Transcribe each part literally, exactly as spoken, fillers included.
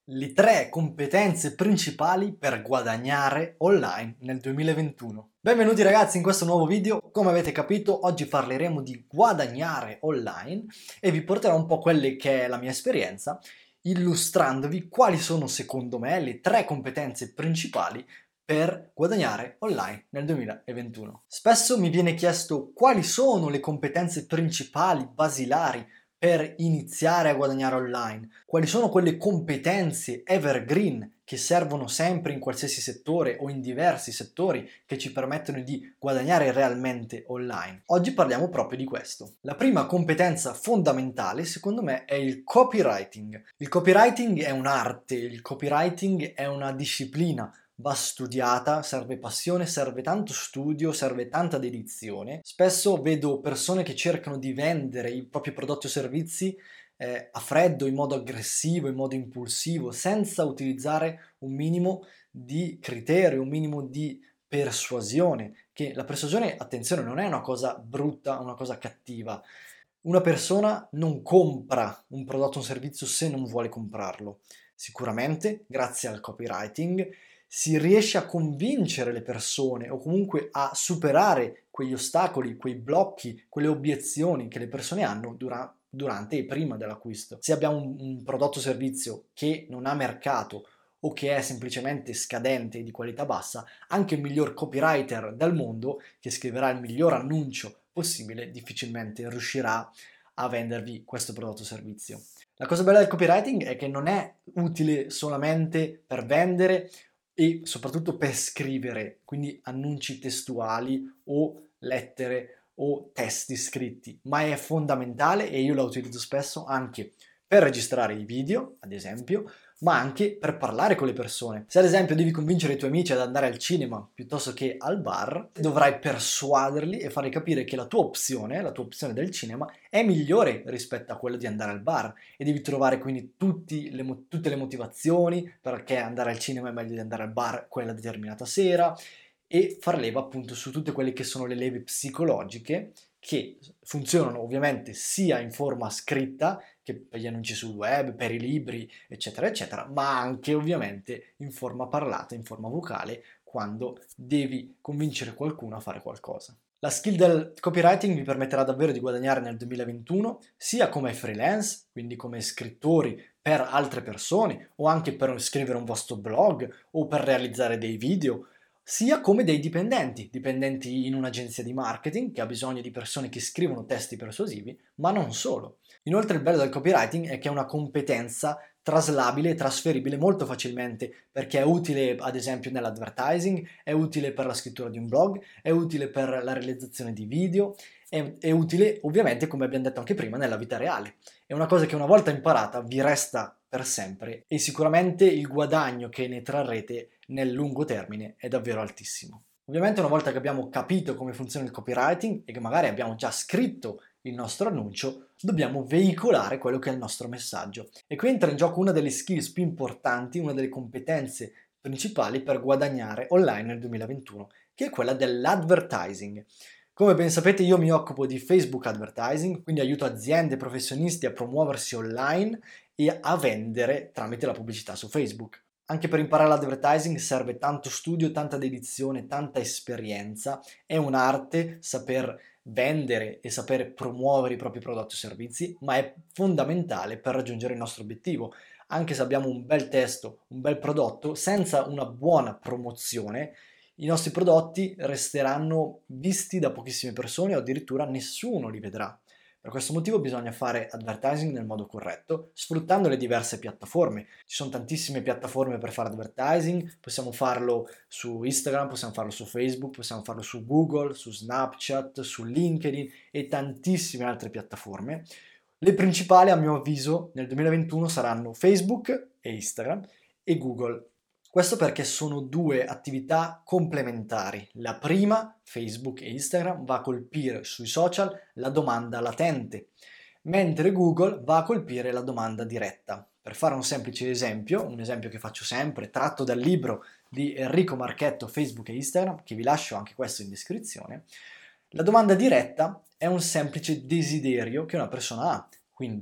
Le tre competenze principali per guadagnare online nel duemilaventuno. Benvenuti ragazzi in questo nuovo video. Come avete capito, oggi parleremo di guadagnare online e vi porterò un po' quelle che è la mia esperienza, illustrandovi quali sono secondo me le tre competenze principali per guadagnare online nel duemilaventuno. Spesso mi viene chiesto quali sono le competenze principali, basilari, per iniziare a guadagnare online, quali sono quelle competenze evergreen che servono sempre in qualsiasi settore o in diversi settori che ci permettono di guadagnare realmente online. Oggi parliamo proprio di questo. La prima competenza fondamentale, secondo me, è il copywriting. Il copywriting è un'arte, il copywriting è una disciplina. Va studiata, serve passione, serve tanto studio, serve tanta dedizione. Spesso vedo persone che cercano di vendere i propri prodotti o servizi eh, a freddo, in modo aggressivo, in modo impulsivo, senza utilizzare un minimo di criterio, un minimo di persuasione. Che la persuasione, attenzione, non è una cosa brutta, una cosa cattiva. Una persona non compra un prodotto o un servizio se non vuole comprarlo. Sicuramente, grazie al copywriting, si riesce a convincere le persone o comunque a superare quegli ostacoli, quei blocchi, quelle obiezioni che le persone hanno dura- durante e prima dell'acquisto. Se abbiamo un, un prodotto o servizio che non ha mercato o che è semplicemente scadente e di qualità bassa, anche il miglior copywriter del mondo che scriverà il miglior annuncio possibile difficilmente riuscirà a vendervi questo prodotto o servizio. La cosa bella del copywriting è che non è utile solamente per vendere e soprattutto per scrivere, quindi annunci testuali o lettere o testi scritti, ma è fondamentale e io la utilizzo spesso anche per registrare i video, ad esempio, ma anche per parlare con le persone. Se ad esempio devi convincere i tuoi amici ad andare al cinema piuttosto che al bar, dovrai persuaderli e fargli capire che la tua opzione, la tua opzione del cinema, è migliore rispetto a quella di andare al bar e devi trovare quindi tutti le, tutte le motivazioni perché andare al cinema è meglio di andare al bar quella determinata sera e far leva appunto su tutte quelle che sono le leve psicologiche che funzionano ovviamente sia in forma scritta che per gli annunci sul web, per i libri, eccetera, eccetera, ma anche ovviamente in forma parlata, in forma vocale, quando devi convincere qualcuno a fare qualcosa. La skill del copywriting vi permetterà davvero di guadagnare nel duemilaventuno sia come freelance, quindi come scrittori per altre persone o anche per scrivere un vostro blog o per realizzare dei video, sia come dei dipendenti, dipendenti in un'agenzia di marketing che ha bisogno di persone che scrivono testi persuasivi, ma non solo. Inoltre il bello del copywriting è che è una competenza traslabile e trasferibile molto facilmente perché è utile ad esempio nell'advertising, è utile per la scrittura di un blog, è utile per la realizzazione di video, è, è utile ovviamente come abbiamo detto anche prima nella vita reale. È una cosa che una volta imparata vi resta per sempre e sicuramente il guadagno che ne trarrete nel lungo termine è davvero altissimo. Ovviamente una volta che abbiamo capito come funziona il copywriting e che magari abbiamo già scritto il nostro annuncio, dobbiamo veicolare quello che è il nostro messaggio. E qui entra in gioco una delle skills più importanti, una delle competenze principali per guadagnare online nel duemilaventuno, che è quella dell'advertising. Come ben sapete io mi occupo di Facebook advertising, quindi aiuto aziende e professionisti a promuoversi online e a vendere tramite la pubblicità su Facebook. Anche per imparare l'advertising serve tanto studio, tanta dedizione, tanta esperienza. È un'arte saper vendere e saper promuovere i propri prodotti o servizi, ma è fondamentale per raggiungere il nostro obiettivo. Anche se abbiamo un bel testo, un bel prodotto, senza una buona promozione, i nostri prodotti resteranno visti da pochissime persone o addirittura nessuno li vedrà. Per questo motivo bisogna fare advertising nel modo corretto, sfruttando le diverse piattaforme. Ci sono tantissime piattaforme per fare advertising, possiamo farlo su Instagram, possiamo farlo su Facebook, possiamo farlo su Google, su Snapchat, su LinkedIn e tantissime altre piattaforme. Le principali, a mio avviso, nel duemilaventuno saranno Facebook e Instagram e Google. Questo perché sono due attività complementari. La prima, Facebook e Instagram, va a colpire sui social la domanda latente, mentre Google va a colpire la domanda diretta. Per fare un semplice esempio, un esempio che faccio sempre, tratto dal libro di Enrico Marchetto, Facebook e Instagram, che vi lascio anche questo in descrizione, la domanda diretta è un semplice desiderio che una persona ha. Quindi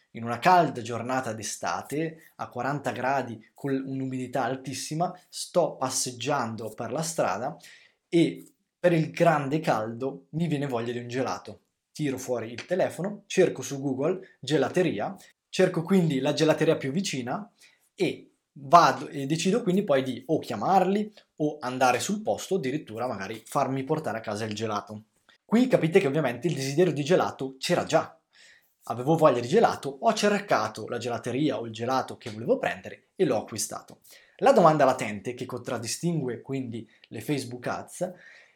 in una calda giornata d'estate, a quaranta gradi, con un'umidità altissima, sto passeggiando per la strada e per il grande caldo mi viene voglia di un gelato. Tiro fuori il telefono, cerco su Google gelateria, cerco quindi la gelateria più vicina e vado e decido quindi poi di o chiamarli o andare sul posto o addirittura magari farmi portare a casa il gelato. Qui capite che ovviamente il desiderio di gelato c'era già. Avevo voglia di gelato, ho cercato la gelateria o il gelato che volevo prendere e l'ho acquistato. La domanda latente che contraddistingue quindi le Facebook Ads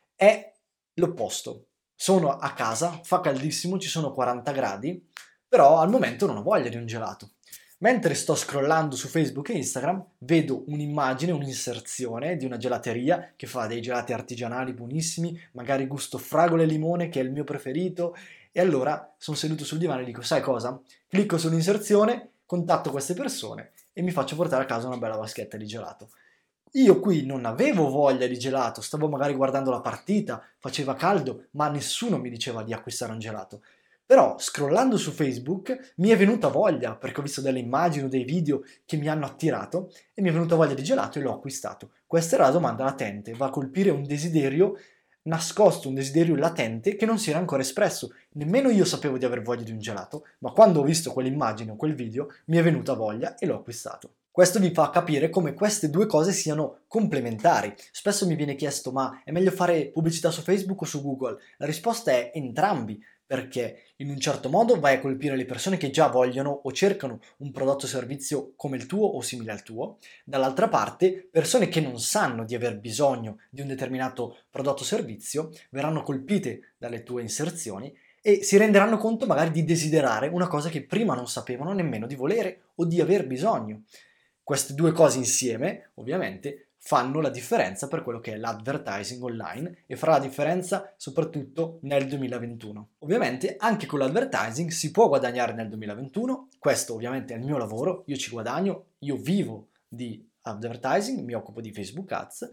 è l'opposto. Sono a casa, fa caldissimo, ci sono quaranta gradi, però al momento non ho voglia di un gelato. Mentre sto scrollando su Facebook e Instagram, vedo un'immagine, un'inserzione di una gelateria che fa dei gelati artigianali buonissimi, magari gusto fragole e limone, che è il mio preferito, e allora sono seduto sul divano e dico, sai cosa? Clicco sull'inserzione, contatto queste persone e mi faccio portare a casa una bella vaschetta di gelato. Io qui non avevo voglia di gelato, stavo magari guardando la partita, faceva caldo, ma nessuno mi diceva di acquistare un gelato. Però scrollando su Facebook mi è venuta voglia, perché ho visto delle immagini o dei video che mi hanno attirato e mi è venuta voglia di gelato e l'ho acquistato. Questa era la domanda latente, va a colpire un desiderio nascosto, un desiderio latente che non si era ancora espresso. Nemmeno io sapevo di aver voglia di un gelato, ma quando ho visto quell'immagine o quel video mi è venuta voglia e l'ho acquistato. Questo vi fa capire come queste due cose siano complementari. Spesso mi viene chiesto, ma è meglio fare pubblicità su Facebook o su Google? La risposta è entrambi, perché in un certo modo vai a colpire le persone che già vogliono o cercano un prodotto o servizio come il tuo o simile al tuo, dall'altra parte persone che non sanno di aver bisogno di un determinato prodotto o servizio verranno colpite dalle tue inserzioni e si renderanno conto magari di desiderare una cosa che prima non sapevano nemmeno di volere o di aver bisogno. Queste due cose insieme, ovviamente, fanno la differenza per quello che è l'advertising online e farà la differenza soprattutto nel duemilaventuno. Ovviamente anche con l'advertising si può guadagnare nel duemilaventuno, questo ovviamente è il mio lavoro, io ci guadagno, io vivo di advertising, mi occupo di Facebook Ads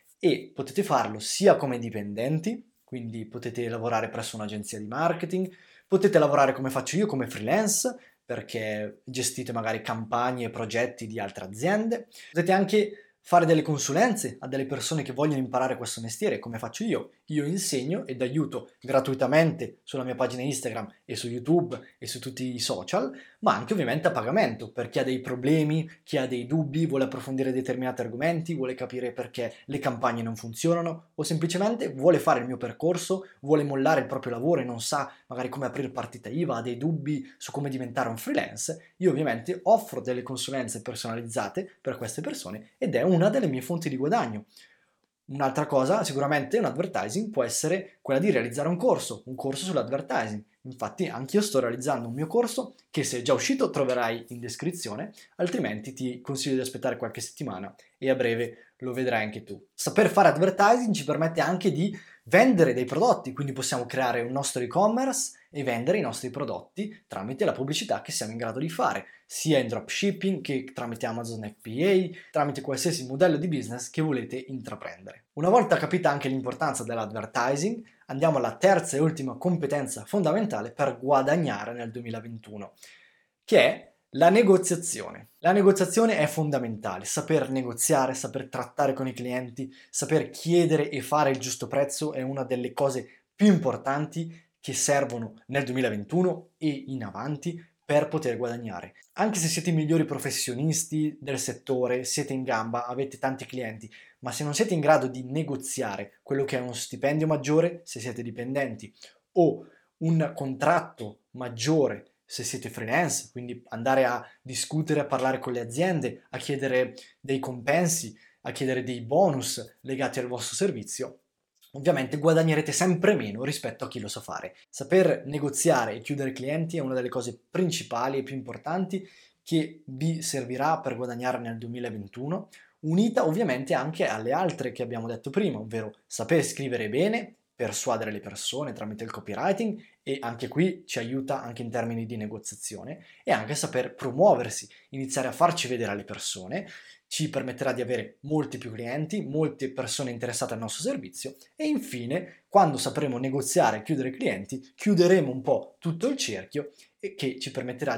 e potete farlo sia come dipendenti, quindi potete lavorare presso un'agenzia di marketing, potete lavorare come faccio io, come freelance, perché gestite magari campagne e progetti di altre aziende. Potete anche fare delle consulenze a delle persone che vogliono imparare questo mestiere, come faccio io. Io insegno ed aiuto gratuitamente sulla mia pagina Instagram e su YouTube e su tutti i social, ma anche ovviamente a pagamento per chi ha dei problemi, chi ha dei dubbi, vuole approfondire determinati argomenti, vuole capire perché le campagne non funzionano o semplicemente vuole fare il mio percorso, vuole mollare il proprio lavoro e non sa magari come aprire partita I V A, ha dei dubbi su come diventare un freelance. Io ovviamente offro delle consulenze personalizzate per queste persone ed è una delle mie fonti di guadagno. Un'altra cosa, sicuramente un advertising può essere quella di realizzare un corso, un corso sull'advertising. Infatti anch'io sto realizzando un mio corso che se è già uscito troverai in descrizione, altrimenti ti consiglio di aspettare qualche settimana e a breve lo vedrai anche tu. Saper fare advertising ci permette anche di vendere dei prodotti, quindi possiamo creare un nostro e-commerce e vendere i nostri prodotti tramite la pubblicità che siamo in grado di fare, sia in dropshipping che tramite Amazon F B A, tramite qualsiasi modello di business che volete intraprendere. Una volta capita anche l'importanza dell'advertising, andiamo alla terza e ultima competenza fondamentale per guadagnare nel duemilaventuno, che è la negoziazione. La negoziazione è fondamentale, saper negoziare, saper trattare con i clienti, saper chiedere e fare il giusto prezzo è una delle cose più importanti che servono nel duemilaventuno e in avanti per poter guadagnare. Anche se siete i migliori professionisti del settore, siete in gamba, avete tanti clienti, ma se non siete in grado di negoziare quello che è uno stipendio maggiore se siete dipendenti o un contratto maggiore se siete freelance, quindi andare a discutere, a parlare con le aziende, a chiedere dei compensi, a chiedere dei bonus legati al vostro servizio, ovviamente guadagnerete sempre meno rispetto a chi lo sa fare. Saper negoziare e chiudere clienti è una delle cose principali e più importanti che vi servirà per guadagnare nel duemilaventuno, unita ovviamente anche alle altre che abbiamo detto prima, ovvero saper scrivere bene, persuadere le persone tramite il copywriting e anche qui ci aiuta anche in termini di negoziazione e anche saper promuoversi, iniziare a farci vedere alle persone, ci permetterà di avere molti più clienti, molte persone interessate al nostro servizio e infine, quando sapremo negoziare e chiudere clienti, chiuderemo un po' tutto il cerchio e che ci permetterà di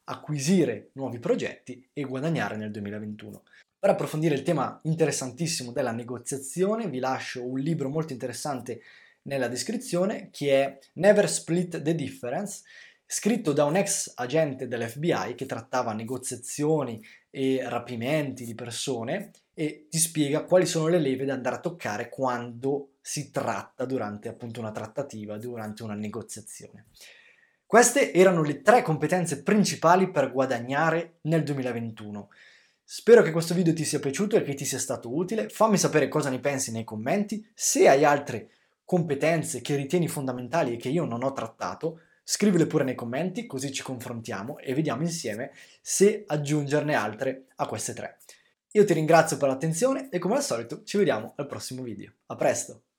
acquisire nuovi progetti e guadagnare nel duemilaventuno. Per approfondire il tema interessantissimo della negoziazione vi lascio un libro molto interessante nella descrizione che è Never Split the Difference, scritto da un ex agente dell'F B I che trattava negoziazioni e rapimenti di persone e ti spiega quali sono le leve da andare a toccare quando si tratta durante appunto una trattativa, durante una negoziazione. Queste erano le tre competenze principali per guadagnare nel duemilaventuno. Spero che questo video ti sia piaciuto e che ti sia stato utile. Fammi sapere cosa ne pensi nei commenti. Se hai altre competenze che ritieni fondamentali e che io non ho trattato, scrivile pure nei commenti, così ci confrontiamo e vediamo insieme se aggiungerne altre a queste tre. Io ti ringrazio per l'attenzione e come al solito ci vediamo al prossimo video. A presto!